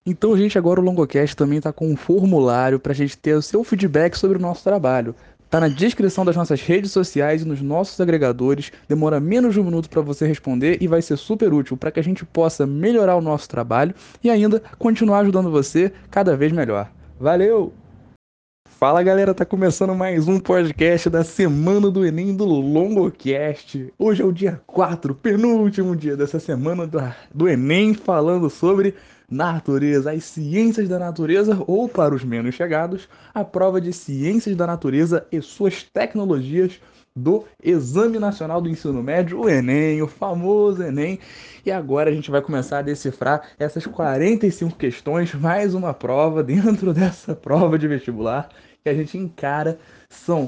Então, gente, agora o Longocast também está com um formulário para a gente ter o seu feedback sobre o nosso trabalho. Tá na descrição das nossas redes sociais e nos nossos agregadores. Demora menos de um minuto para você responder e vai ser super útil para que a gente possa melhorar o nosso trabalho e ainda continuar ajudando você cada vez melhor. Valeu! Fala galera, tá começando mais um podcast da semana do Enem do Longocast. Hoje é o dia 4, penúltimo dia dessa semana do Enem, falando sobre natureza, as ciências da natureza, ou para os menos chegados, a prova de ciências da natureza e suas tecnologias do Exame Nacional do Ensino Médio, o Enem, o famoso Enem. E agora a gente vai começar a decifrar essas 45 questões, mais uma prova dentro dessa prova de vestibular que a gente encara. São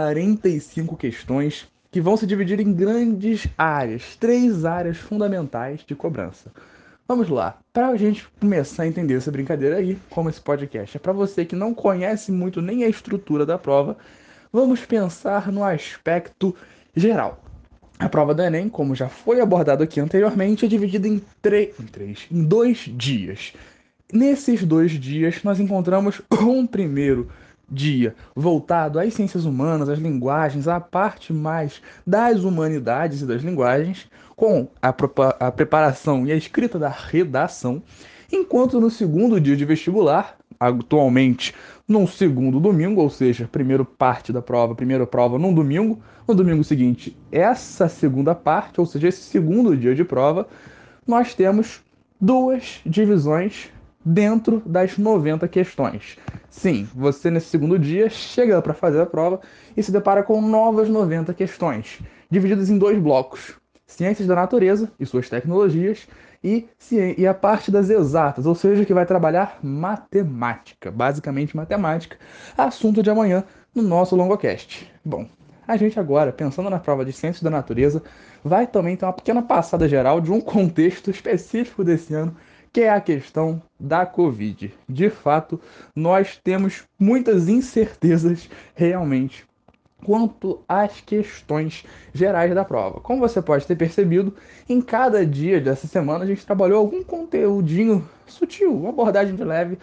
45 questões que vão se dividir em grandes áreas, três áreas fundamentais de cobrança. Vamos lá, para a gente começar a entender essa brincadeira aí, como esse podcast é para você que não conhece muito nem a estrutura da prova, vamos pensar no aspecto geral. A prova do Enem, como já foi abordado aqui anteriormente, é dividida em 2 dias. Nesses 2 dias, nós encontramos um primeiro dia voltado às ciências humanas, às linguagens, à parte mais das humanidades e das linguagens, com a preparação e a escrita da redação, enquanto no segundo dia de vestibular, atualmente num segundo domingo, ou seja, primeira parte da prova, primeira prova num domingo, no domingo seguinte, essa segunda parte, ou seja, esse segundo dia de prova, nós temos duas divisões dentro das 90 questões. Sim, você nesse segundo dia chega para fazer a prova e se depara com novas 90 questões, divididas em dois blocos: ciências da natureza e suas tecnologias e a parte das exatas, ou seja, que vai trabalhar matemática, basicamente matemática, assunto de amanhã no nosso longocast. Bom, a gente agora, pensando na prova de ciências da natureza, vai também ter uma pequena passada geral de um contexto específico desse ano, que é a questão da Covid. De fato, nós temos muitas incertezas realmente quanto às questões gerais da prova. Como você pode ter percebido, em cada dia dessa semana a gente trabalhou algum conteúdinho sutil, uma abordagem de leve,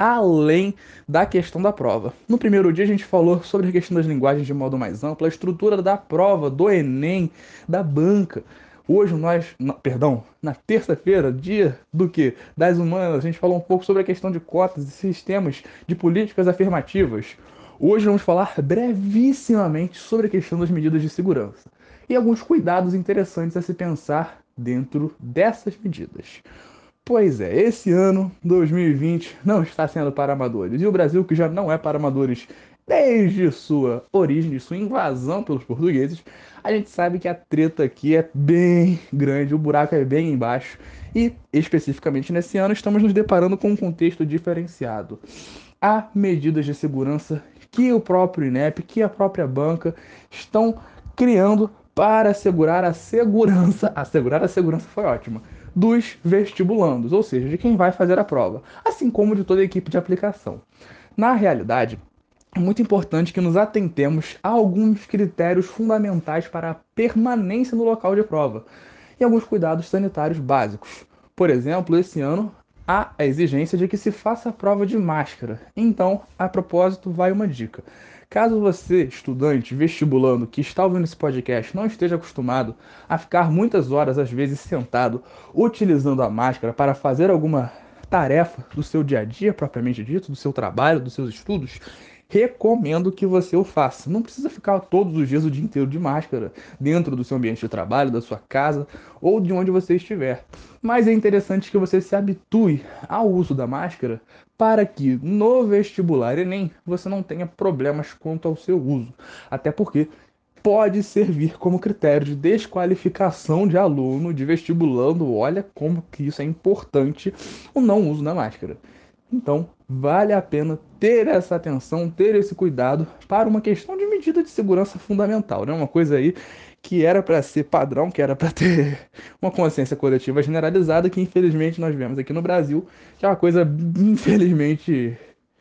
além da questão da prova. No primeiro dia a gente falou sobre a questão das linguagens de modo mais amplo, a estrutura da prova, do Enem, da banca. Hoje perdão, na terça-feira, dia do que? Das humanas, a gente falou um pouco sobre a questão de cotas e sistemas de políticas afirmativas. Hoje vamos falar brevissimamente sobre a questão das medidas de segurança e alguns cuidados interessantes a se pensar dentro dessas medidas. Pois é, esse ano, 2020, não está sendo para amadores. E o Brasil, que já não é para amadores desde sua origem, de sua invasão pelos portugueses, a gente sabe que a treta aqui é bem grande, o buraco é bem embaixo. E, especificamente nesse ano, estamos nos deparando com um contexto diferenciado. Há medidas de segurança que o próprio INEP, que a própria banca estão criando para assegurar a segurança. Assegurar a segurança foi ótima dos vestibulandos, ou seja, de quem vai fazer a prova, assim como de toda a equipe de aplicação. Na realidade, é muito importante que nos atentemos a alguns critérios fundamentais para a permanência no local de prova e alguns cuidados sanitários básicos. Por exemplo, esse ano há a exigência de que se faça a prova de máscara. Então, a propósito, vai uma dica. Caso você, estudante, vestibulando, que está ouvindo esse podcast, não esteja acostumado a ficar muitas horas, às vezes, sentado, utilizando a máscara para fazer alguma tarefa do seu dia a dia, propriamente dito, do seu trabalho, dos seus estudos, recomendo que você o faça. Não precisa ficar todos os dias o dia inteiro de máscara dentro do seu ambiente de trabalho, da sua casa ou de onde você estiver. Mas é interessante que você se habitue ao uso da máscara para que no vestibular Enem você não tenha problemas quanto ao seu uso. Até porque pode servir como critério de desqualificação de aluno, de vestibulando. Olha como que isso é importante, o não uso da máscara. Então, vale a pena ter essa atenção, ter esse cuidado para uma questão de medida de segurança fundamental, né? Uma coisa aí que era para ser padrão, que era para ter uma consciência coletiva generalizada, que infelizmente nós vemos aqui no Brasil, que é uma coisa, infelizmente,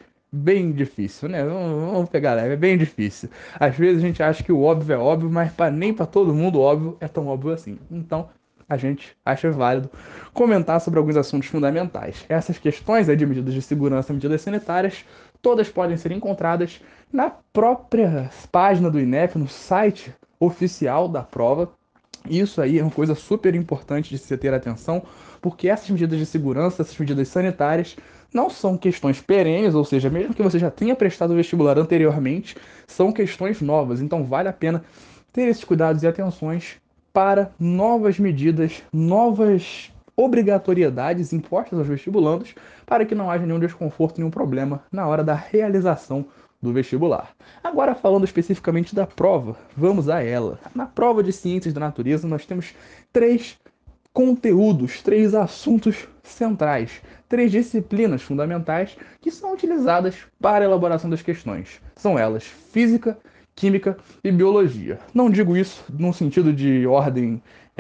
bem difícil, né? Vamos pegar leve, é bem difícil. Às vezes a gente acha que o óbvio é óbvio, mas nem para todo mundo óbvio é tão óbvio assim. Então, a gente acha válido comentar sobre alguns assuntos fundamentais. Essas questões de medidas de segurança e medidas sanitárias, todas podem ser encontradas na própria página do INEP, no site oficial da prova. Isso aí é uma coisa super importante de se ter atenção, porque essas medidas de segurança, essas medidas sanitárias, não são questões perenes, ou seja, mesmo que você já tenha prestado o vestibular anteriormente, são questões novas. Então vale a pena ter esses cuidados e atenções para novas medidas, novas obrigatoriedades impostas aos vestibulandos, para que não haja nenhum desconforto, nenhum problema na hora da realização do vestibular. Agora, falando especificamente da prova, vamos a ela. Na prova de Ciências da Natureza, nós temos três conteúdos, três assuntos centrais, três disciplinas fundamentais que são utilizadas para a elaboração das questões. São elas Física, Química e Biologia. Não digo isso no sentido de ordem,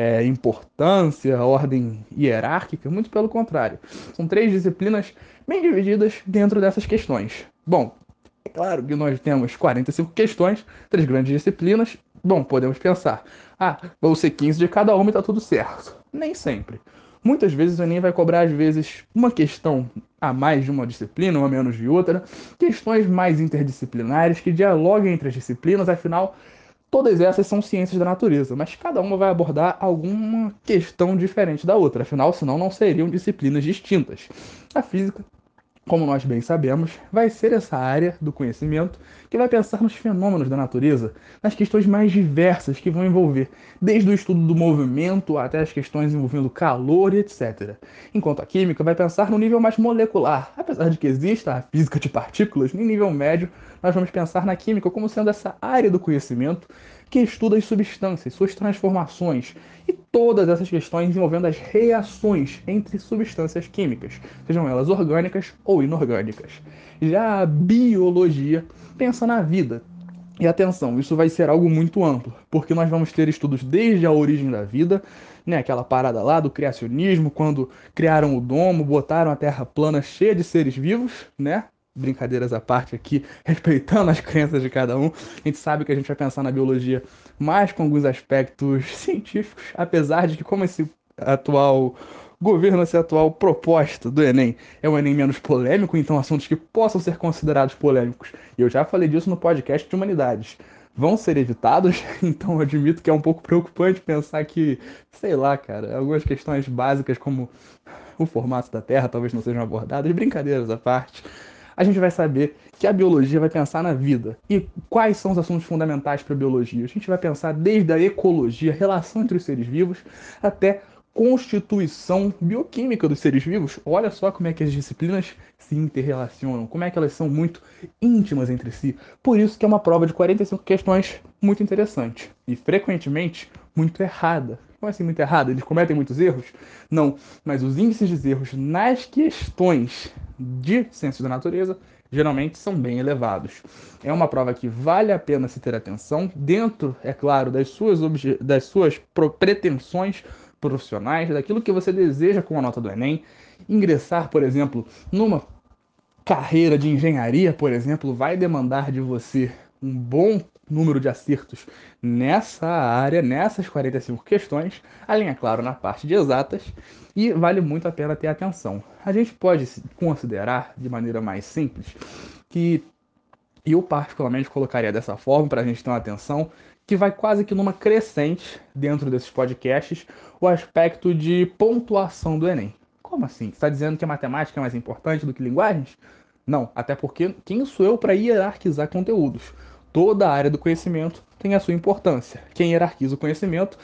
importância, ordem hierárquica, muito pelo contrário. São três disciplinas bem divididas dentro dessas questões. Bom, é claro que nós temos 45 questões, três grandes disciplinas. Bom, podemos pensar, vão ser 15 de cada uma e tá tudo certo. Nem sempre. Muitas vezes o Enem vai cobrar, às vezes, uma questão a mais de uma disciplina, uma menos de outra, questões mais interdisciplinares que dialoguem entre as disciplinas, afinal, todas essas são ciências da natureza, mas cada uma vai abordar alguma questão diferente da outra, afinal, senão não seriam disciplinas distintas. A física, como nós bem sabemos, vai ser essa área do conhecimento que vai pensar nos fenômenos da natureza, nas questões mais diversas que vão envolver, desde o estudo do movimento até as questões envolvendo calor e etc. Enquanto a química vai pensar no nível mais molecular, apesar de que exista a física de partículas, no nível médio, nós vamos pensar na química como sendo essa área do conhecimento que estuda as substâncias, suas transformações e todas essas questões envolvendo as reações entre substâncias químicas, sejam elas orgânicas ou inorgânicas. Já a biologia pensa na vida. E atenção, isso vai ser algo muito amplo, porque nós vamos ter estudos desde a origem da vida, né, aquela parada lá do criacionismo, quando criaram o domo, botaram a Terra plana cheia de seres vivos, né? Brincadeiras à parte aqui, respeitando as crenças de cada um. A gente sabe que a gente vai pensar na biologia mais com alguns aspectos científicos, apesar de que como esse atual governo, esse atual proposta do Enem é um Enem menos polêmico, então assuntos que possam ser considerados polêmicos, e eu já falei disso no podcast de Humanidades, vão ser evitados, então eu admito que é um pouco preocupante pensar que, sei lá, cara, algumas questões básicas como o formato da Terra talvez não sejam abordadas, brincadeiras à parte. A gente vai saber que a biologia vai pensar na vida. E quais são os assuntos fundamentais para a biologia? A gente vai pensar desde a ecologia, relação entre os seres vivos, até constituição bioquímica dos seres vivos. Olha só como é que as disciplinas se interrelacionam, como é que elas são muito íntimas entre si. Por isso que é uma prova de 45 questões muito interessante e frequentemente muito errada. Como assim muito errada? Eles cometem muitos erros? Não, mas os índices de erros nas questões de ciências da natureza geralmente são bem elevados. É uma prova que vale a pena se ter atenção, dentro, é claro, das suas pretensões profissionais, daquilo que você deseja com a nota do Enem. Ingressar, por exemplo, numa carreira de engenharia, por exemplo, vai demandar de você um bom número de acertos nessa área, nessas 45 questões, além, é claro, na parte de exatas, e vale muito a pena ter atenção. A gente pode considerar, de maneira mais simples, que eu particularmente colocaria dessa forma, para a gente ter uma atenção, que vai quase que numa crescente dentro desses podcasts, o aspecto de pontuação do Enem. Como assim? Você está dizendo que a matemática é mais importante do que linguagens? Não, até porque quem sou eu para hierarquizar conteúdos? Toda a área do conhecimento tem a sua importância. Quem hierarquiza o conhecimento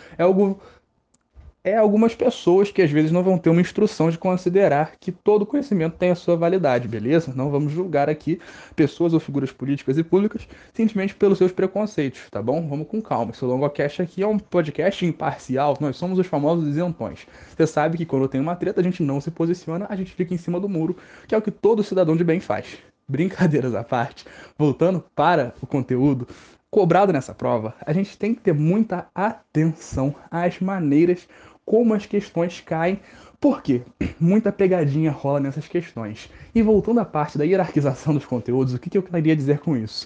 é algumas pessoas que às vezes não vão ter uma instrução de considerar que todo conhecimento tem a sua validade, beleza? Não vamos julgar aqui pessoas ou figuras políticas e públicas simplesmente pelos seus preconceitos, tá bom? Vamos com calma. Esse LongoCast aqui é um podcast imparcial, nós somos os famosos isentões. Você sabe que quando tem uma treta a gente não se posiciona, a gente fica em cima do muro, que é o que todo cidadão de bem faz. Brincadeiras à parte, voltando para o conteúdo cobrado nessa prova, a gente tem que ter muita atenção às maneiras como as questões caem, porque muita pegadinha rola nessas questões. E voltando à parte da hierarquização dos conteúdos, o que eu queria dizer com isso?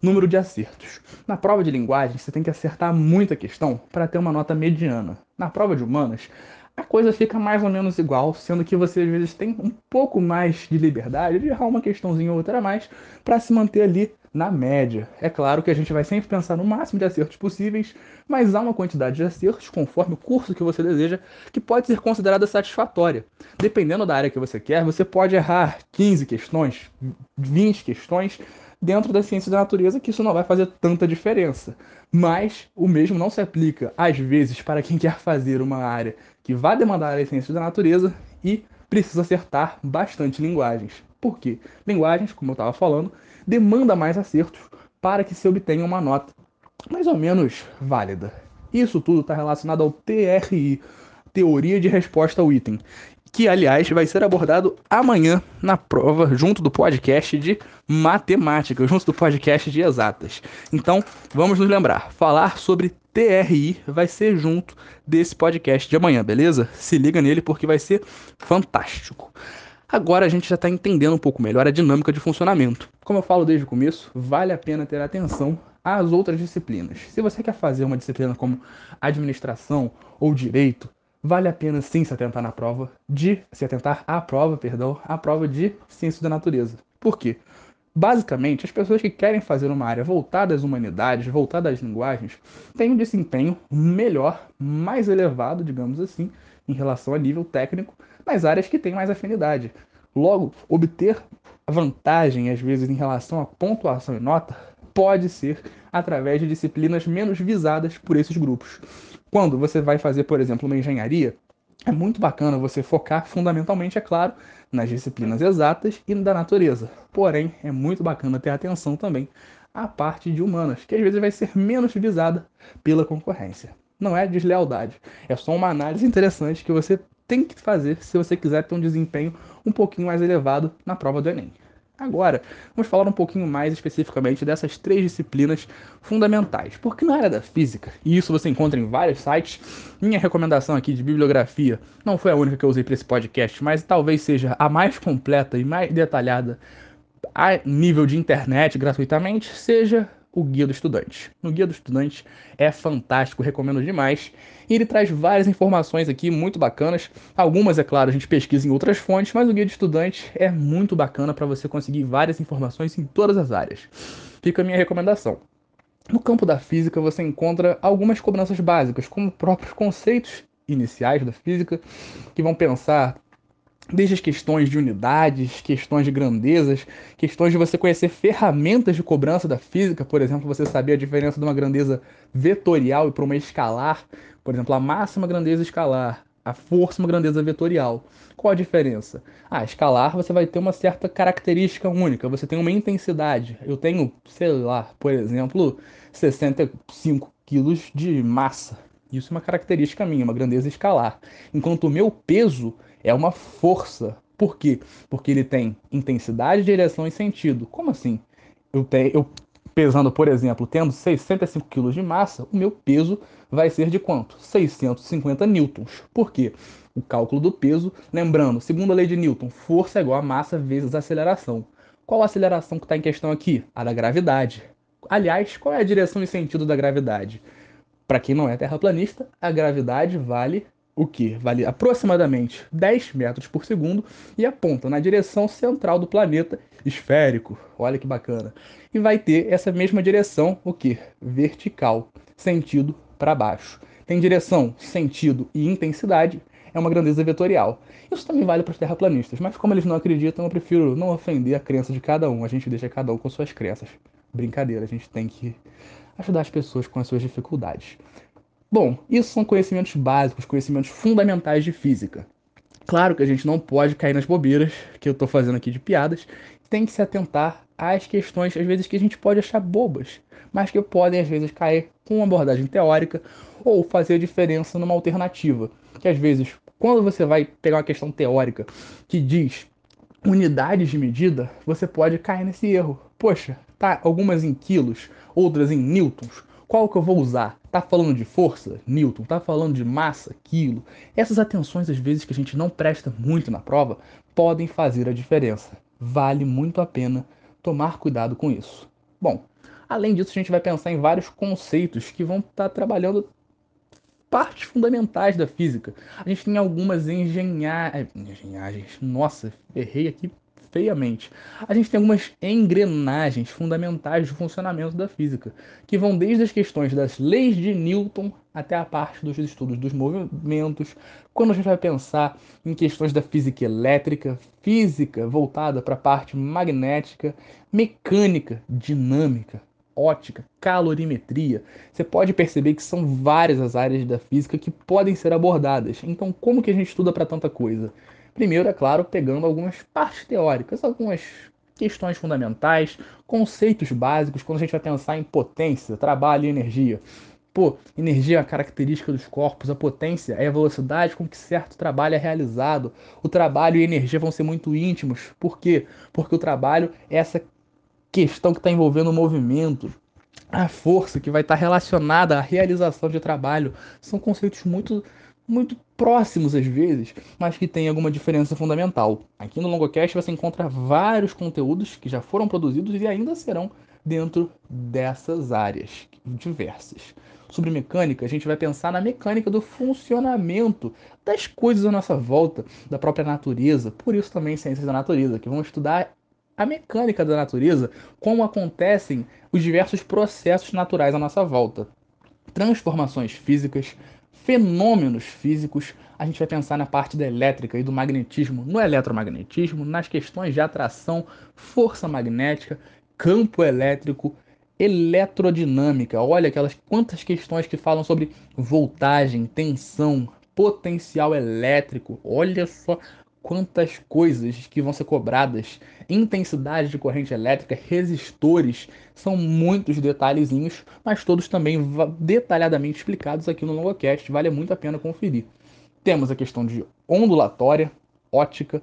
número de acertos. Na prova de linguagem, você tem que acertar muita questão para ter uma nota mediana. Na prova de humanas, a coisa fica mais ou menos igual, sendo que você às vezes tem um pouco mais de liberdade de errar uma questãozinha ou outra a mais para se manter ali na média. É claro que a gente vai sempre pensar no máximo de acertos possíveis, mas há uma quantidade de acertos, conforme o curso que você deseja, que pode ser considerada satisfatória. Dependendo da área que você quer, você pode errar 15 questões, 20 questões dentro da ciência da natureza, que isso não vai fazer tanta diferença. Mas o mesmo não se aplica, às vezes, para quem quer fazer uma área que vai demandar a ciência da natureza e precisa acertar bastante linguagens. Por quê? Linguagens, como eu estava falando, demanda mais acertos para que se obtenha uma nota mais ou menos válida. Isso tudo está relacionado ao TRI, Teoria de Resposta ao Item, que, aliás, vai ser abordado amanhã na prova, junto do podcast de matemática, junto do podcast de exatas. Então, vamos nos lembrar, falar sobre TRI vai ser junto desse podcast de amanhã, beleza? Se liga nele porque vai ser fantástico. Agora a gente já está entendendo um pouco melhor a dinâmica de funcionamento. Como eu falo desde o começo, vale a pena ter atenção às outras disciplinas. Se você quer fazer uma disciplina como administração ou direito, vale a pena sim se atentar à prova, a prova de ciência da natureza. Por quê? Basicamente, as pessoas que querem fazer uma área voltada às humanidades, voltada às linguagens, têm um desempenho melhor, mais elevado, digamos assim, em relação a nível técnico, nas áreas que têm mais afinidade. Logo, obter vantagem, às vezes, em relação à pontuação e nota, pode ser através de disciplinas menos visadas por esses grupos. Quando você vai fazer, por exemplo, uma engenharia, é muito bacana você focar fundamentalmente, é claro, nas disciplinas exatas e da natureza. Porém, é muito bacana ter atenção também à parte de humanas, que às vezes vai ser menos visada pela concorrência. Não é deslealdade, é só uma análise interessante que você tem que fazer se você quiser ter um desempenho um pouquinho mais elevado na prova do Enem. Agora, vamos falar um pouquinho mais especificamente dessas três disciplinas fundamentais. Porque na área da física, e isso você encontra em vários sites, minha recomendação aqui de bibliografia não foi a única que eu usei para esse podcast, mas talvez seja a mais completa e mais detalhada a nível de internet gratuitamente, seja o Guia do Estudante. O Guia do Estudante é fantástico, recomendo demais. E ele traz várias informações aqui muito bacanas. Algumas, é claro, a gente pesquisa em outras fontes, mas o Guia do Estudante é muito bacana para você conseguir várias informações em todas as áreas. Fica a minha recomendação. No campo da física, você encontra algumas cobranças básicas, como próprios conceitos iniciais da física, que vão pensar desde as questões de unidades, questões de grandezas, questões de você conhecer ferramentas de cobrança da física, por exemplo, você saber a diferença de uma grandeza vetorial e para uma escalar, por exemplo, a massa é uma grandeza escalar, a força é uma grandeza vetorial. Qual a diferença? Escalar você vai ter uma certa característica única, você tem uma intensidade. Eu tenho, sei lá, por exemplo, 65 quilos de massa. Isso é uma característica minha, uma grandeza escalar. Enquanto o meu peso é uma força. Por quê? Porque ele tem intensidade, direção e sentido. Como assim? Eu pesando, por exemplo, tendo 65 quilos de massa, o meu peso vai ser de quanto? 650 newtons. Por quê? O cálculo do peso, lembrando, segundo a lei de Newton, força é igual a massa vezes aceleração. Qual a aceleração que está em questão aqui? A da gravidade. Aliás, qual é a direção e sentido da gravidade? Para quem não é terraplanista, a gravidade vale o quê? Vale aproximadamente 10 metros por segundo e aponta na direção central do planeta esférico. Olha que bacana. E vai ter essa mesma direção, o quê? Vertical, sentido para baixo. Tem direção, sentido e intensidade, é uma grandeza vetorial. Isso também vale para os terraplanistas, mas como eles não acreditam, eu prefiro não ofender a crença de cada um. A gente deixa cada um com suas crenças. Brincadeira, a gente tem que ajudar as pessoas com as suas dificuldades. Bom, isso são conhecimentos básicos, conhecimentos fundamentais de física. Claro que a gente não pode cair nas bobeiras que eu estou fazendo aqui de piadas, tem que se atentar às questões, às vezes, que a gente pode achar bobas, mas que podem, às vezes, cair com uma abordagem teórica ou fazer diferença numa alternativa. Que, às vezes, quando você vai pegar uma questão teórica que diz unidades de medida, você pode cair nesse erro. Poxa, tá algumas em quilos, outras em newtons. Qual que eu vou usar? Tá falando de força? Newton. Tá falando de massa? Quilo. Essas atenções, às vezes, que a gente não presta muito na prova, podem fazer a diferença. Vale muito a pena tomar cuidado com isso. Bom, Além disso, a gente vai pensar em vários conceitos que vão estar trabalhando partes fundamentais da física. A gente tem algumas engenhagens. Nossa, errei aqui feiamente. A gente tem algumas engrenagens fundamentais do funcionamento da física, que vão desde as questões das leis de Newton até a parte dos estudos dos movimentos. Quando a gente vai pensar em questões da física elétrica, física voltada para a parte magnética, mecânica, dinâmica, ótica, calorimetria, você pode perceber que são várias as áreas da física que podem ser abordadas. Então, como que a gente estuda para tanta coisa? Primeiro, é claro, pegando algumas partes teóricas, algumas questões fundamentais, conceitos básicos, quando a gente vai pensar em potência, trabalho e energia. Pô, energia é a característica dos corpos, a potência é a velocidade com que certo trabalho é realizado. O trabalho e a energia vão ser muito íntimos. Por quê? Porque o trabalho é essa questão que está envolvendo o movimento, a força que vai estar relacionada à realização de trabalho. São conceitos muito próximos às vezes, mas que têm alguma diferença fundamental. Aqui no Longocast você encontra vários conteúdos que já foram produzidos e ainda serão dentro dessas áreas diversas. Sobre mecânica, a gente vai pensar na mecânica do funcionamento das coisas à nossa volta, da própria natureza. Por isso também ciências da natureza, que vão estudar a mecânica da natureza, como acontecem os diversos processos naturais à nossa volta. Transformações físicas, fenômenos físicos, a gente vai pensar na parte da elétrica e do magnetismo, no eletromagnetismo, nas questões de atração, força magnética, campo elétrico, eletrodinâmica. Olha aquelas quantas questões que falam sobre voltagem, tensão, potencial elétrico. Olha só quantas coisas que vão ser cobradas. Intensidade de corrente elétrica, resistores, são muitos detalhezinhos, mas todos também detalhadamente explicados aqui no Longocast. Vale muito a pena conferir. Temos a questão de ondulatória, ótica,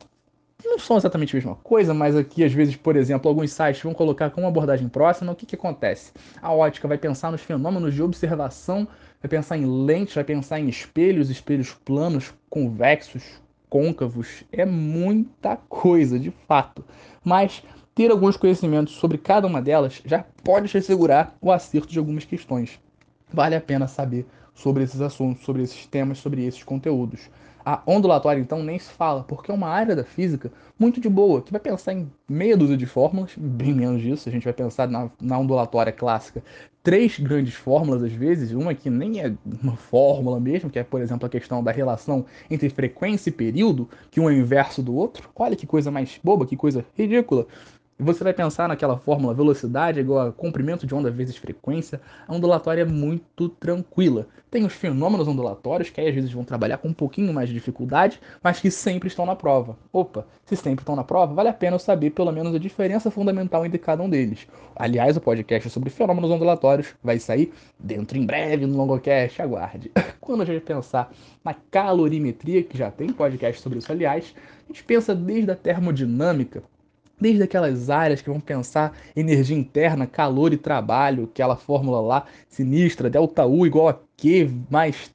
que não são exatamente a mesma coisa, mas aqui às vezes, por exemplo, alguns sites vão colocar como abordagem próxima. O que que acontece? A ótica vai pensar nos fenômenos de observação, vai pensar em lentes, vai pensar em espelhos, espelhos planos, convexos, côncavos. É muita coisa, de fato. Mas ter alguns conhecimentos sobre cada uma delas já pode te assegurar o acerto de algumas questões. Vale a pena saber sobre esses assuntos, sobre esses temas, sobre esses conteúdos. A ondulatória, então, nem se fala, porque é uma área da física muito de boa, que vai pensar em meia dúzia de fórmulas, bem menos disso, a gente vai pensar na ondulatória clássica, três grandes fórmulas às vezes, uma que nem é uma fórmula mesmo, que é, por exemplo, a questão da relação entre frequência e período, que um é o inverso do outro. Olha que coisa mais boba, que coisa ridícula. E você vai pensar naquela fórmula velocidade é igual a comprimento de onda vezes frequência. A ondulatória é muito tranquila. Tem os fenômenos ondulatórios, que aí às vezes vão trabalhar com um pouquinho mais de dificuldade, mas que sempre estão na prova. Opa, se sempre estão na prova, vale a pena eu saber pelo menos a diferença fundamental entre cada um deles. Aliás, o podcast sobre fenômenos ondulatórios vai sair dentro em breve no Longocast, aguarde. Quando a gente pensar na calorimetria, que já tem podcast sobre isso, aliás, a gente pensa desde a termodinâmica, desde aquelas áreas que vão pensar energia interna, calor e trabalho, aquela fórmula lá sinistra, delta U igual a Q mais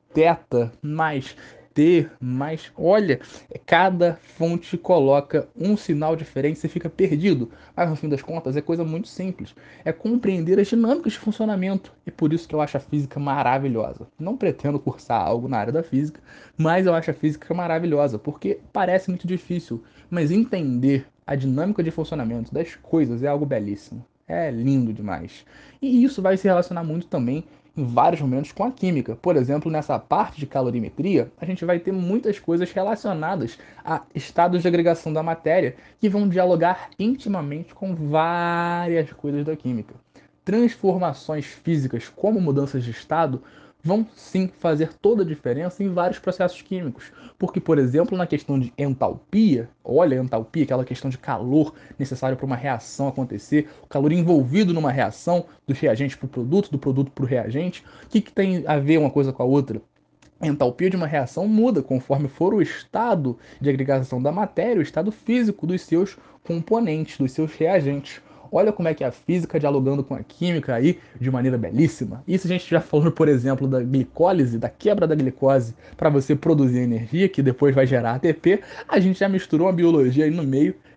θ mais T mais... Olha, cada fonte coloca um sinal diferente, você fica perdido. Mas no fim das contas é coisa muito simples. É compreender as dinâmicas de funcionamento. E por isso que eu acho a física maravilhosa. Não pretendo cursar algo na área da física, mas eu acho a física maravilhosa, porque parece muito difícil, mas entender a dinâmica de funcionamento das coisas é algo belíssimo. É lindo demais. E isso vai se relacionar muito também em vários momentos com a química. Por exemplo, nessa parte de calorimetria, a gente vai ter muitas coisas relacionadas a estados de agregação da matéria que vão dialogar intimamente com várias coisas da química. Transformações físicas, como mudanças de estado, vão sim fazer toda a diferença em vários processos químicos. Porque, por exemplo, na questão de entalpia, olha a entalpia, aquela questão de calor necessário para uma reação acontecer, o calor envolvido numa reação dos reagentes para o produto, do produto para o reagente, o que tem a ver uma coisa com a outra? A entalpia de uma reação muda conforme for o estado de agregação da matéria, o estado físico dos seus componentes, dos seus reagentes. Olha como é que é a física dialogando com a química aí de maneira belíssima. Isso a gente já falou, por exemplo, da glicólise, da quebra da glicose para você produzir energia, que depois vai gerar ATP. A gente já misturou a biologia aí no meio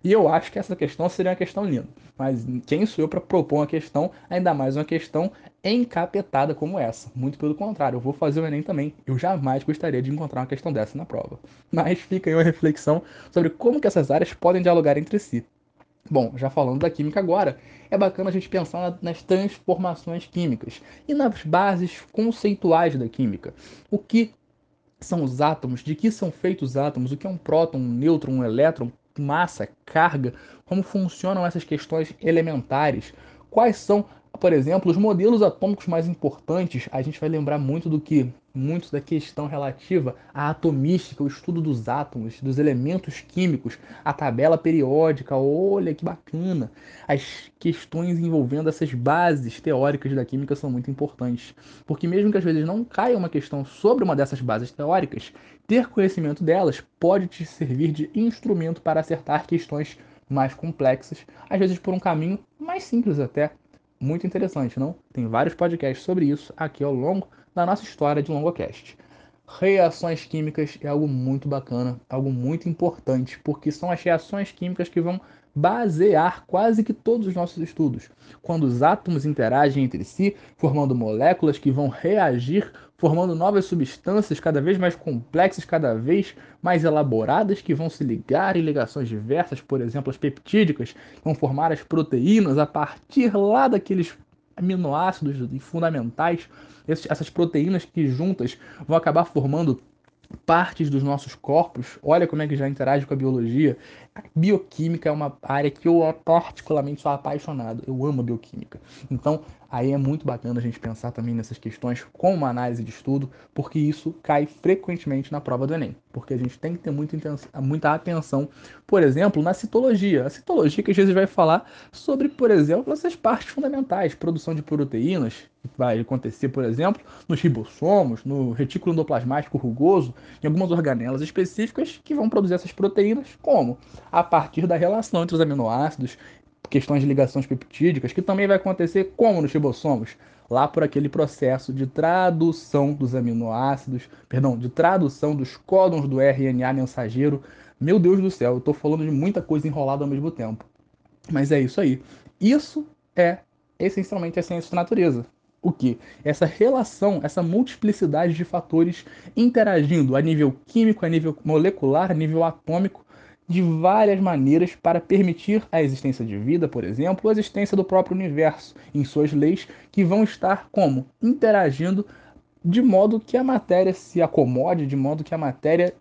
E eu acho que essa questão seria uma questão linda. Mas quem sou eu para propor uma questão, ainda mais uma questão encapetada como essa? Muito pelo contrário, eu vou fazer o Enem também. Eu jamais gostaria de encontrar uma questão dessa na prova. Mas fica aí uma reflexão sobre como que essas áreas podem dialogar entre si. Bom, já falando da química agora, é bacana a gente pensar nas transformações químicas e nas bases conceituais da química. O que são os átomos, de que são feitos os átomos, o que é um próton, um nêutron, um elétron, massa, carga, como funcionam essas questões elementares, quais são, por exemplo, os modelos atômicos mais importantes. A gente vai lembrar muito do que? Muito da questão relativa à atomística, o estudo dos átomos, dos elementos químicos, a tabela periódica, olha que bacana. As questões envolvendo essas bases teóricas da química são muito importantes. Porque mesmo que às vezes não caia uma questão sobre uma dessas bases teóricas, ter conhecimento delas pode te servir de instrumento para acertar questões mais complexas, às vezes por um caminho mais simples até. Muito interessante, não? Tem vários podcasts sobre isso aqui ao longo da nossa história de LongoCast. Reações químicas é algo muito bacana, algo muito importante, porque são as reações químicas que vão basear quase que todos os nossos estudos. Quando os átomos interagem entre si, formando moléculas que vão reagir, formando novas substâncias cada vez mais complexas, cada vez mais elaboradas, que vão se ligar em ligações diversas, por exemplo, as peptídicas, vão formar as proteínas a partir lá daqueles aminoácidos fundamentais, essas proteínas que juntas vão acabar formando partes dos nossos corpos. Olha como é que já interage com a biologia. A bioquímica é uma área que eu particularmente sou apaixonado. Eu amo a bioquímica. Então, aí é muito bacana a gente pensar também nessas questões com uma análise de estudo, porque isso cai frequentemente na prova do Enem. Porque a gente tem que ter muita atenção, por exemplo, na citologia. A citologia que às vezes vai falar sobre, por exemplo, essas partes fundamentais, produção de proteínas, que vai acontecer, por exemplo, nos ribossomos, no retículo endoplasmático rugoso, em algumas organelas específicas que vão produzir essas proteínas, como? A partir da relação entre os aminoácidos, questões de ligações peptídicas, que também vai acontecer como nos ribossomos? Lá por aquele processo de tradução dos aminoácidos, perdão, de tradução dos códons do RNA mensageiro. Meu Deus do céu, eu estou falando de muita coisa enrolada ao mesmo tempo. Mas é isso aí. Isso é essencialmente a ciência da natureza. O que? Essa relação, essa multiplicidade de fatores interagindo a nível químico, a nível molecular, a nível atômico, de várias maneiras para permitir a existência de vida, por exemplo, a existência do próprio universo, em suas leis, que vão estar como? Interagindo de modo que a matéria se acomode, de modo que a matéria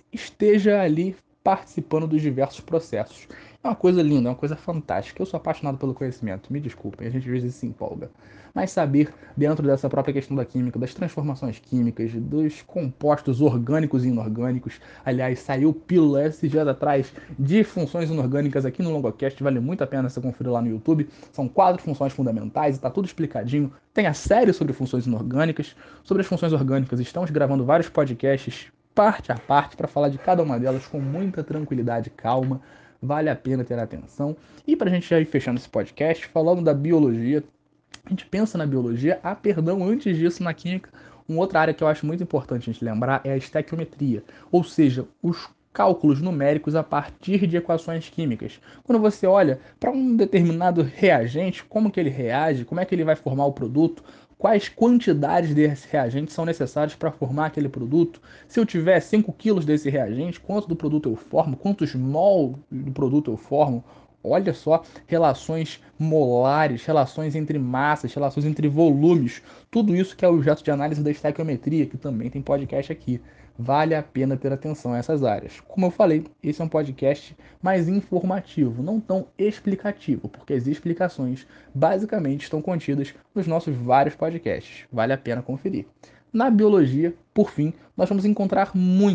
esteja ali participando dos diversos processos. É uma coisa linda, é uma coisa fantástica. Eu sou apaixonado pelo conhecimento, me desculpem, a gente às vezes se empolga. Mas saber, dentro dessa própria questão da química, das transformações químicas, dos compostos orgânicos e inorgânicos, aliás, saiu pílula esses dias atrás de funções inorgânicas aqui no LongoCast, vale muito a pena você conferir lá no YouTube. São 4 funções fundamentais, está tudo explicadinho. Tem a série sobre funções inorgânicas. Sobre as funções orgânicas, estamos gravando vários podcasts parte a parte para falar de cada uma delas com muita tranquilidade e calma. Vale a pena ter atenção. E para a gente já ir fechando esse podcast, falando da biologia, a gente pensa na biologia, perdão, antes disso na química, uma outra área que eu acho muito importante a gente lembrar é a estequiometria, ou seja, os cálculos numéricos a partir de equações químicas. Quando você olha para um determinado reagente, como que ele reage, como é que ele vai formar o produto, quais quantidades desse reagente são necessárias para formar aquele produto. Se eu tiver 5 quilos desse reagente, quanto do produto eu formo, quantos mol do produto eu formo. Olha só, relações molares, relações entre massas, relações entre volumes, tudo isso que é objeto de análise da estequiometria, que também tem podcast aqui. Vale a pena ter atenção a essas áreas. Como eu falei, esse é um podcast mais informativo, não tão explicativo, porque as explicações basicamente estão contidas nos nossos vários podcasts. Vale a pena conferir. Na biologia, por fim, nós vamos encontrar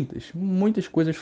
muitas coisas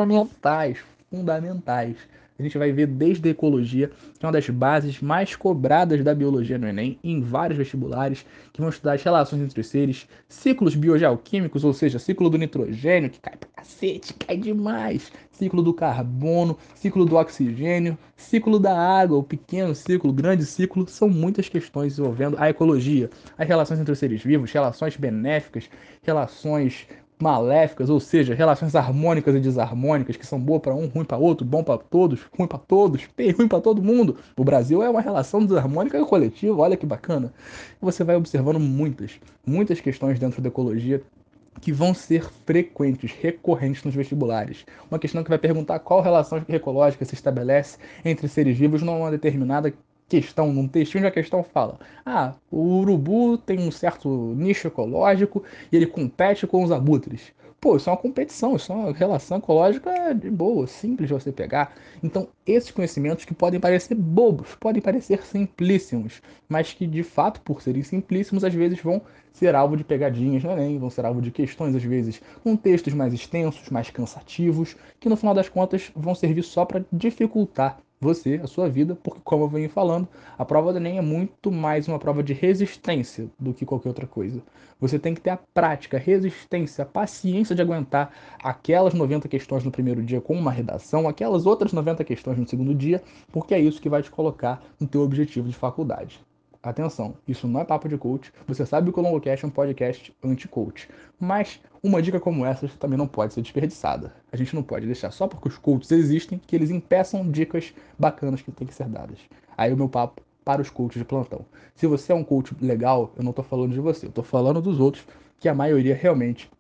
fundamentais. A gente vai ver desde a ecologia, que é uma das bases mais cobradas da biologia no Enem, em vários vestibulares, que vão estudar as relações entre os seres, ciclos biogeoquímicos, ou seja, ciclo do nitrogênio, que cai pra cacete, cai demais, ciclo do carbono, ciclo do oxigênio, ciclo da água, o pequeno ciclo, o grande ciclo, são muitas questões envolvendo a ecologia, as relações entre os seres vivos, relações benéficas, relações maléficas, ou seja, relações harmônicas e desarmônicas, que são boas para um, ruim para outro, bom para todos, ruim para todos, bem ruim para todo mundo. O Brasil é uma relação desarmônica e coletiva, olha que bacana. Você vai observando muitas questões dentro da ecologia que vão ser frequentes, recorrentes nos vestibulares. Uma questão que vai perguntar qual relação ecológica se estabelece entre seres vivos numa determinada questão, num textinho onde a questão fala: ah, o urubu tem um certo nicho ecológico e ele compete com os abutres. Pô, isso é uma competição, isso é uma relação ecológica de boa, simples de você pegar. Então, esses conhecimentos que podem parecer bobos, podem parecer simplíssimos, mas que de fato, por serem simplíssimos, às vezes vão ser alvo de pegadinhas no Enem, vão ser alvo de questões, às vezes, com textos mais extensos, mais cansativos, que no final das contas vão servir só para dificultar você, a sua vida, porque, como eu venho falando, a prova do Enem é muito mais uma prova de resistência do que qualquer outra coisa. Você tem que ter a prática, a resistência, a paciência de aguentar aquelas 90 questões no primeiro dia com uma redação, aquelas outras 90 questões no segundo dia, porque é isso que vai te colocar no teu objetivo de faculdade. Atenção, isso não é papo de coach. Você sabe que o Longocast é um podcast anti-coach. Mas uma dica como essa também não pode ser desperdiçada. A gente não pode deixar só porque os coaches existem que eles impeçam dicas bacanas que têm que ser dadas. Aí o meu papo para os coaches de plantão. Se você é um coach legal, eu não estou falando de você, eu estou falando dos outros, que a maioria realmente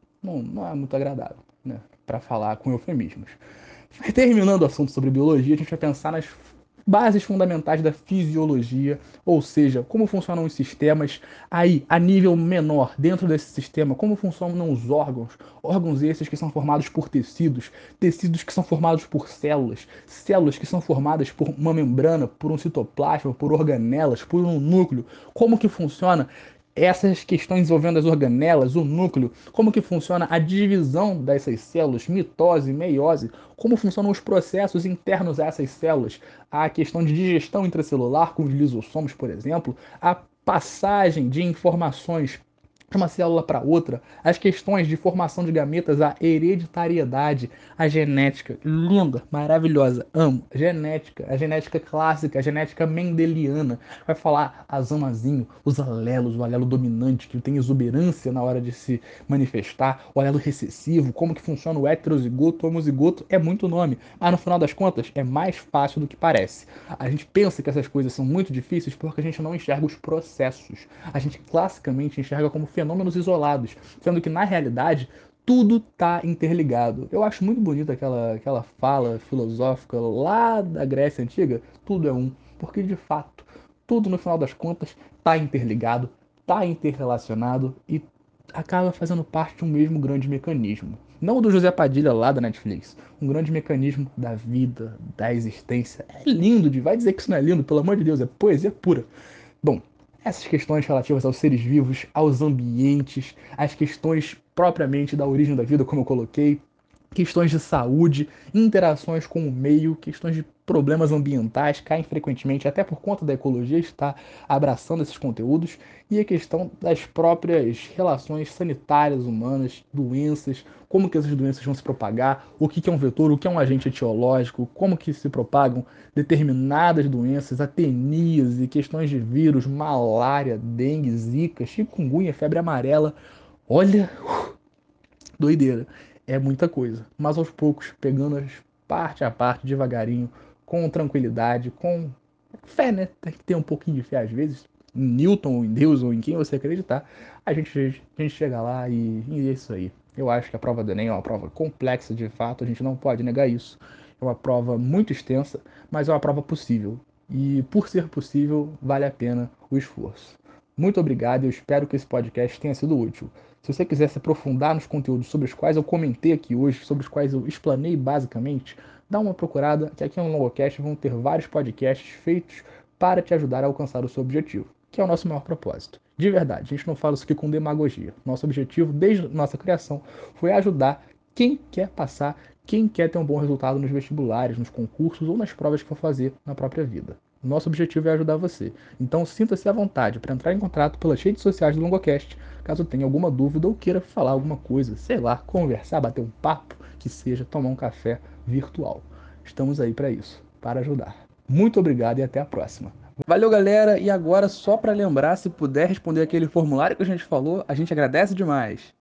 não é muito agradável, né? Para falar com eufemismos. Terminando o assunto sobre biologia, a gente vai pensar nas bases fundamentais da fisiologia, ou seja, como funcionam os sistemas aí a nível menor dentro desse sistema, como funcionam os órgãos, órgãos esses que são formados por tecidos, tecidos que são formados por células, células que são formadas por uma membrana, por um citoplasma, por organelas, por um núcleo, como que funciona essas questões envolvendo as organelas, o núcleo, como que funciona a divisão dessas células, mitose, meiose, como funcionam os processos internos a essas células, a questão de digestão intracelular com os lisossomos, por exemplo, a passagem de informações de uma célula para outra, as questões de formação de gametas, a hereditariedade, a genética, linda, maravilhosa, amo, genética, a genética clássica, a genética mendeliana, vai falar as amazinho, os alelos, o alelo dominante que tem exuberância na hora de se manifestar, o alelo recessivo, como que funciona o heterozigoto, o homozigoto, é muito nome, mas no final das contas é mais fácil do que parece. A gente pensa que essas coisas são muito difíceis porque a gente não enxerga os processos. A gente classicamente enxerga como fenômenos isolados, sendo que na realidade tudo está interligado. Eu acho muito bonita aquela fala filosófica lá da Grécia Antiga, tudo é um, porque de fato, tudo no final das contas está interligado, está interrelacionado e acaba fazendo parte de um mesmo grande mecanismo. Não o do José Padilha lá da Netflix, um grande mecanismo da vida, da existência. É lindo, vai dizer que isso não é lindo, pelo amor de Deus, é poesia pura. Bom, essas questões relativas aos seres vivos, aos ambientes, as questões propriamente da origem da vida, como eu coloquei, questões de saúde, interações com o meio, questões de problemas ambientais caem frequentemente, até por conta da ecologia estar abraçando esses conteúdos, e a questão das próprias relações sanitárias humanas, doenças, como que essas doenças vão se propagar, o que é um vetor, o que é um agente etiológico, como que se propagam determinadas doenças, atenias e questões de vírus, malária, dengue, zika, chikungunya, febre amarela. Olha, doideira. É muita coisa. Mas aos poucos, pegando as parte a parte, devagarinho, com tranquilidade, com fé, né? Tem que ter um pouquinho de fé às vezes. Em Newton, ou em Deus, ou em quem você acreditar. A gente chega lá e é isso aí. Eu acho que a prova do Enem é uma prova complexa de fato, a gente não pode negar isso. É uma prova muito extensa, mas é uma prova possível. E por ser possível, vale a pena o esforço. Muito obrigado e eu espero que esse podcast tenha sido útil. Se você quiser se aprofundar nos conteúdos sobre os quais eu comentei aqui hoje, sobre os quais eu explanei basicamente, dá uma procurada, que aqui no Longocast vão ter vários podcasts feitos para te ajudar a alcançar o seu objetivo, que é o nosso maior propósito. De verdade, a gente não fala isso aqui com demagogia. Nosso objetivo, desde nossa criação, foi ajudar quem quer passar, quem quer ter um bom resultado nos vestibulares, nos concursos ou nas provas que for fazer na própria vida. O nosso objetivo é ajudar você. Então sinta-se à vontade para entrar em contato pelas redes sociais do Longocast, caso tenha alguma dúvida ou queira falar alguma coisa, sei lá, conversar, bater um papo, que seja tomar um café virtual. Estamos aí para isso, para ajudar. Muito obrigado e até a próxima. Valeu, galera. E agora, só para lembrar, se puder responder aquele formulário que a gente falou, a gente agradece demais.